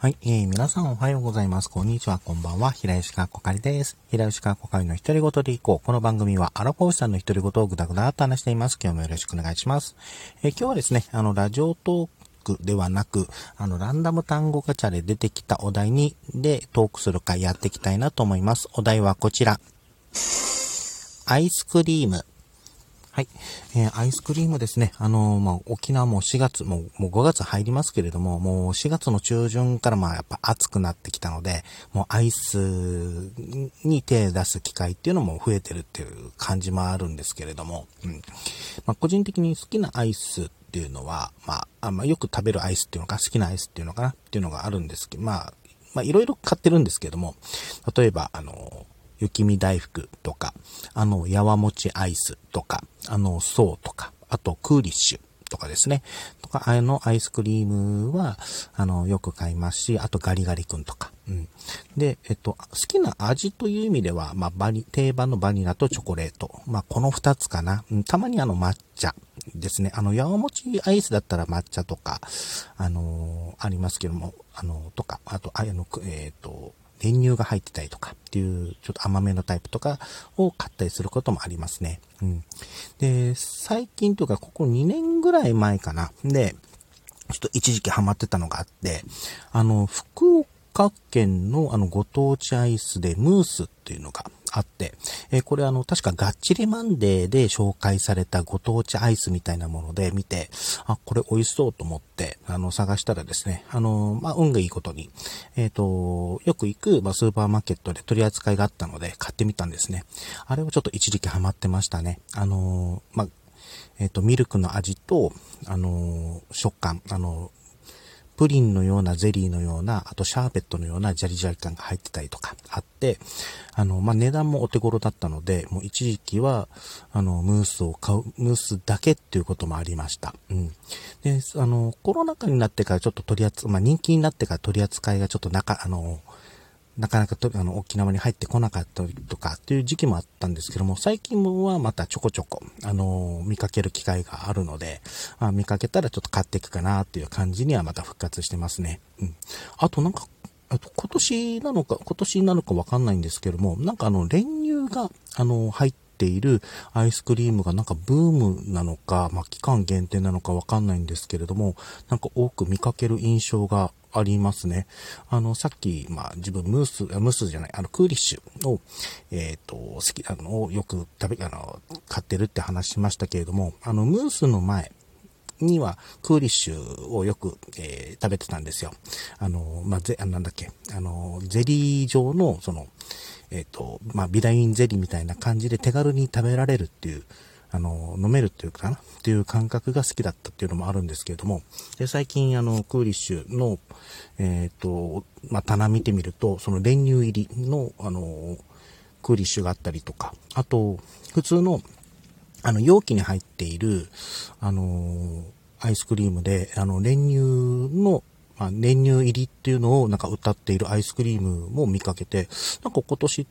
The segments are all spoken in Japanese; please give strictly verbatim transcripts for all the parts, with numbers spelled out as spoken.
はい、えー、皆さんおはようございます。こんにちは、こんばんは。平吉川こかりです。平吉川こかりの独り言でいこう。この番組はアラフォーさんの独り言をぐだぐだと話しています。今日もよろしくお願いします。えー、今日はですね、あの、ラジオトークではなく、あの、ランダム単語ガチャで出てきたお題に、で、トークする回やっていきたいなと思います。お題はこちら。アイスクリーム。はい。えー、アイスクリームですね。あのー、まあ、沖縄もしがつ、もう、もうごがつ入りますけれども、もうしがつの中旬からまあ、やっぱ暑くなってきたので、もうアイスに手出す機会っていうのも増えてるっていう感じもあるんですけれども、うん。まあ、個人的に好きなアイスっていうのは、まあ、あまあ、よく食べるアイスっていうのか、好きなアイスっていうのかなっていうのがあるんですけど、まあ、まあ、いろいろ買ってるんですけども、例えば、あのー、雪見大福とか、あの、やわもちアイスとか、あの、そうとか、あと、クーリッシュとかですね。とか、あの、アイスクリームは、あの、よく買いますし、あと、ガリガリ君とか。うん。で、えっと、好きな味という意味では、まあ、バニ、定番のバニラとチョコレート。まあ、この二つかな。うん、たまにあの、抹茶ですね。あの、やわもちアイスだったら抹茶とか、あのー、ありますけども、あのー、とか、あと、あの、えっと、練乳が入ってたりとかっていうちょっと甘めのタイプとかを買ったりすることもありますね。うん。で、最近というかここにねんぐらい前かな。で、ちょっと一時期ハマってたのがあって、あの、福岡県のあのご当地アイスでムースっていうのがあって、えー、これあの、確かガッチリマンデーで紹介されたご当地アイスみたいなもので見て、あ、これ美味しそうと思って、あの、探したらですね、あの、まあ、運がいいことに、えっと、よく行く、まあ、スーパーマーケットで取り扱いがあったので買ってみたんですね。あれはちょっと一時期ハマってましたね。あの、まあ、えっと、ミルクの味と、あの、食感、あの、プリンのようなゼリーのような、あとシャーベットのようなジャリジャリ感が入ってたりとかあって、あの、まあ、値段もお手頃だったので、もう一時期は、あの、ムースを買う、ムースだけっていうこともありました。うん。で、あの、コロナ禍になってからちょっと取り扱い、まあ、人気になってから取り扱いがちょっとなか、あの、なかなかとあの沖縄に入ってこなかったりとかっていう時期もあったんですけども、最近はまたちょこちょこ、あのー、見かける機会があるので、あ見かけたらちょっと買っていくかなっていう感じにはまた復活してますね。うん。あとなんか、あと今年なのか、今年なのかわかんないんですけども、なんかあの練乳が、あのー、入っているアイスクリームがなんかブームなのか、まあ、期間限定なのかわかんないんですけれども、なんか多く見かける印象がありますね。あの、さっき、まあ、自分、ムース、ムースじゃない、あの、クーリッシュを、えっと、好きなのをよく食べ、あの、買ってるって話しましたけれども、あの、ムースの前には、クーリッシュをよく、えー、食べてたんですよ。あの、まあ、ぜ、なんだっけ、あの、ゼリー状の、その、えっと、まあ、ビタミンゼリーみたいな感じで手軽に食べられるっていう、あの、飲めるっていうかなっていう感覚が好きだったっていうのもあるんですけれども、で、最近あの、クーリッシュの、えっと、まあ、棚見てみると、その練乳入りの、あの、クーリッシュがあったりとか、あと、普通の、あの、容器に入っている、あの、アイスクリームで、あの、練乳の、まあ、練乳入りっていうのをなんか歌っているアイスクリームも見かけて、なんか今年って、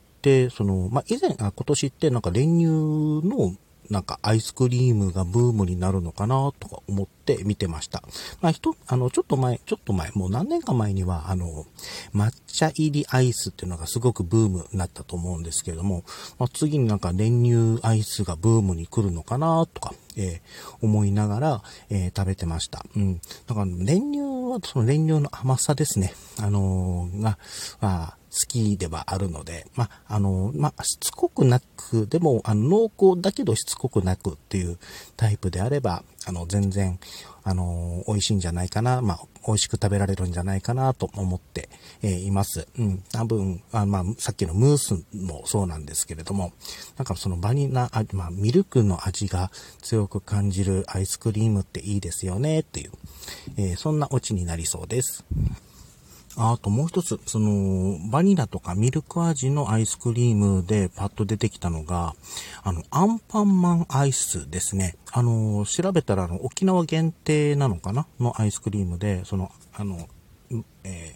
その、まあ、以前、あ、今年ってなんか練乳のなんかアイスクリームがブームになるのかなとか思って見てました。まあ、人、あの、ちょっと前、ちょっと前、もう何年か前には、あの、抹茶入りアイスっていうのがすごくブームになったと思うんですけれども、まあ、次になんか練乳アイスがブームに来るのかなとか、えー、思いながら、えー、食べてました。うん。だから練乳はその練乳の甘さですね。あのー、が、まあ、好きではあるので、まあ、あの、まあ、しつこくなく、でも、あの、濃厚だけどしつこくなくっていうタイプであれば、あの、全然、あの、美味しいんじゃないかな、まあ、美味しく食べられるんじゃないかなと思って、えー、います。うん。多分、あまあ、さっきのムースもそうなんですけれども、なんかそのバニラ、あまあ、ミルクの味が強く感じるアイスクリームっていいですよね、っていう、えー、そんなオチになりそうです。あともう一つ、その、バニラとかミルク味のアイスクリームでパッと出てきたのが、あの、アンパンマンアイスですね。あの、調べたら、あの、沖縄限定なのかなのアイスクリームで、その、あの、えー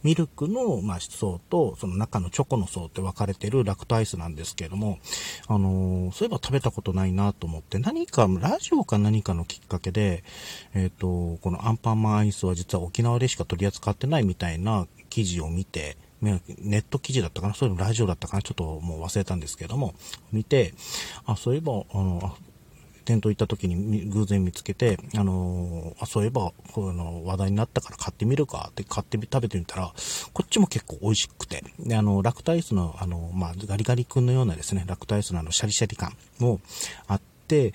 ミルクの、まあ、層と、その中のチョコの層って分かれてるラクトアイスなんですけれども、あのー、そういえば食べたことないなと思って、何か、ラジオか何かのきっかけで、えっと、このアンパンマンアイスは実は沖縄でしか取り扱ってないみたいな記事を見て、ネット記事だったかな、そういうのラジオだったかな、ちょっともう忘れたんですけども、見て、あ、そういえば、あの、店頭行った時に偶然見つけて、あのー、あ、そういえば、この話題になったから買ってみるかって買ってみ、食べてみたら、こっちも結構美味しくて、で、あの、ラクトアイスの、あの、まあ、ガリガリ君のようなですね、ラクトアイスのあの、シャリシャリ感もあって、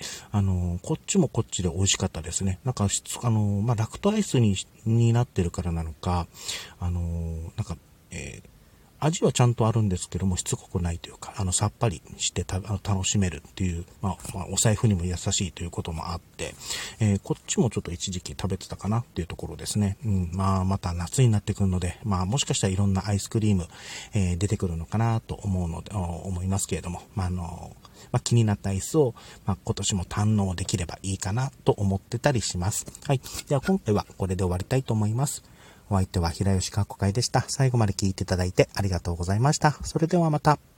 あの、こっちもこっちで美味しかったですね。なんか、あの、まあ、ラクトアイスに、になってるからなのか、あの、なんか、えー味はちゃんとあるんですけども、しつこくないというか、あの、さっぱりしてた楽しめるっていう、まあ、まあ、お財布にも優しいということもあって、えー、こっちもちょっと一時期食べてたかなっていうところですね。うん、まあ、また夏になってくるので、まあ、もしかしたらいろんなアイスクリーム、えー、出てくるのかなと思うので、思いますけれども、まあ、あの、まあ、気になったアイスを、まあ、今年も堪能できればいいかなと思ってたりします。はい。では、今回はこれで終わりたいと思います。お相手は平吉かっこかいでした。最後まで聞いていただいてありがとうございました。それではまた。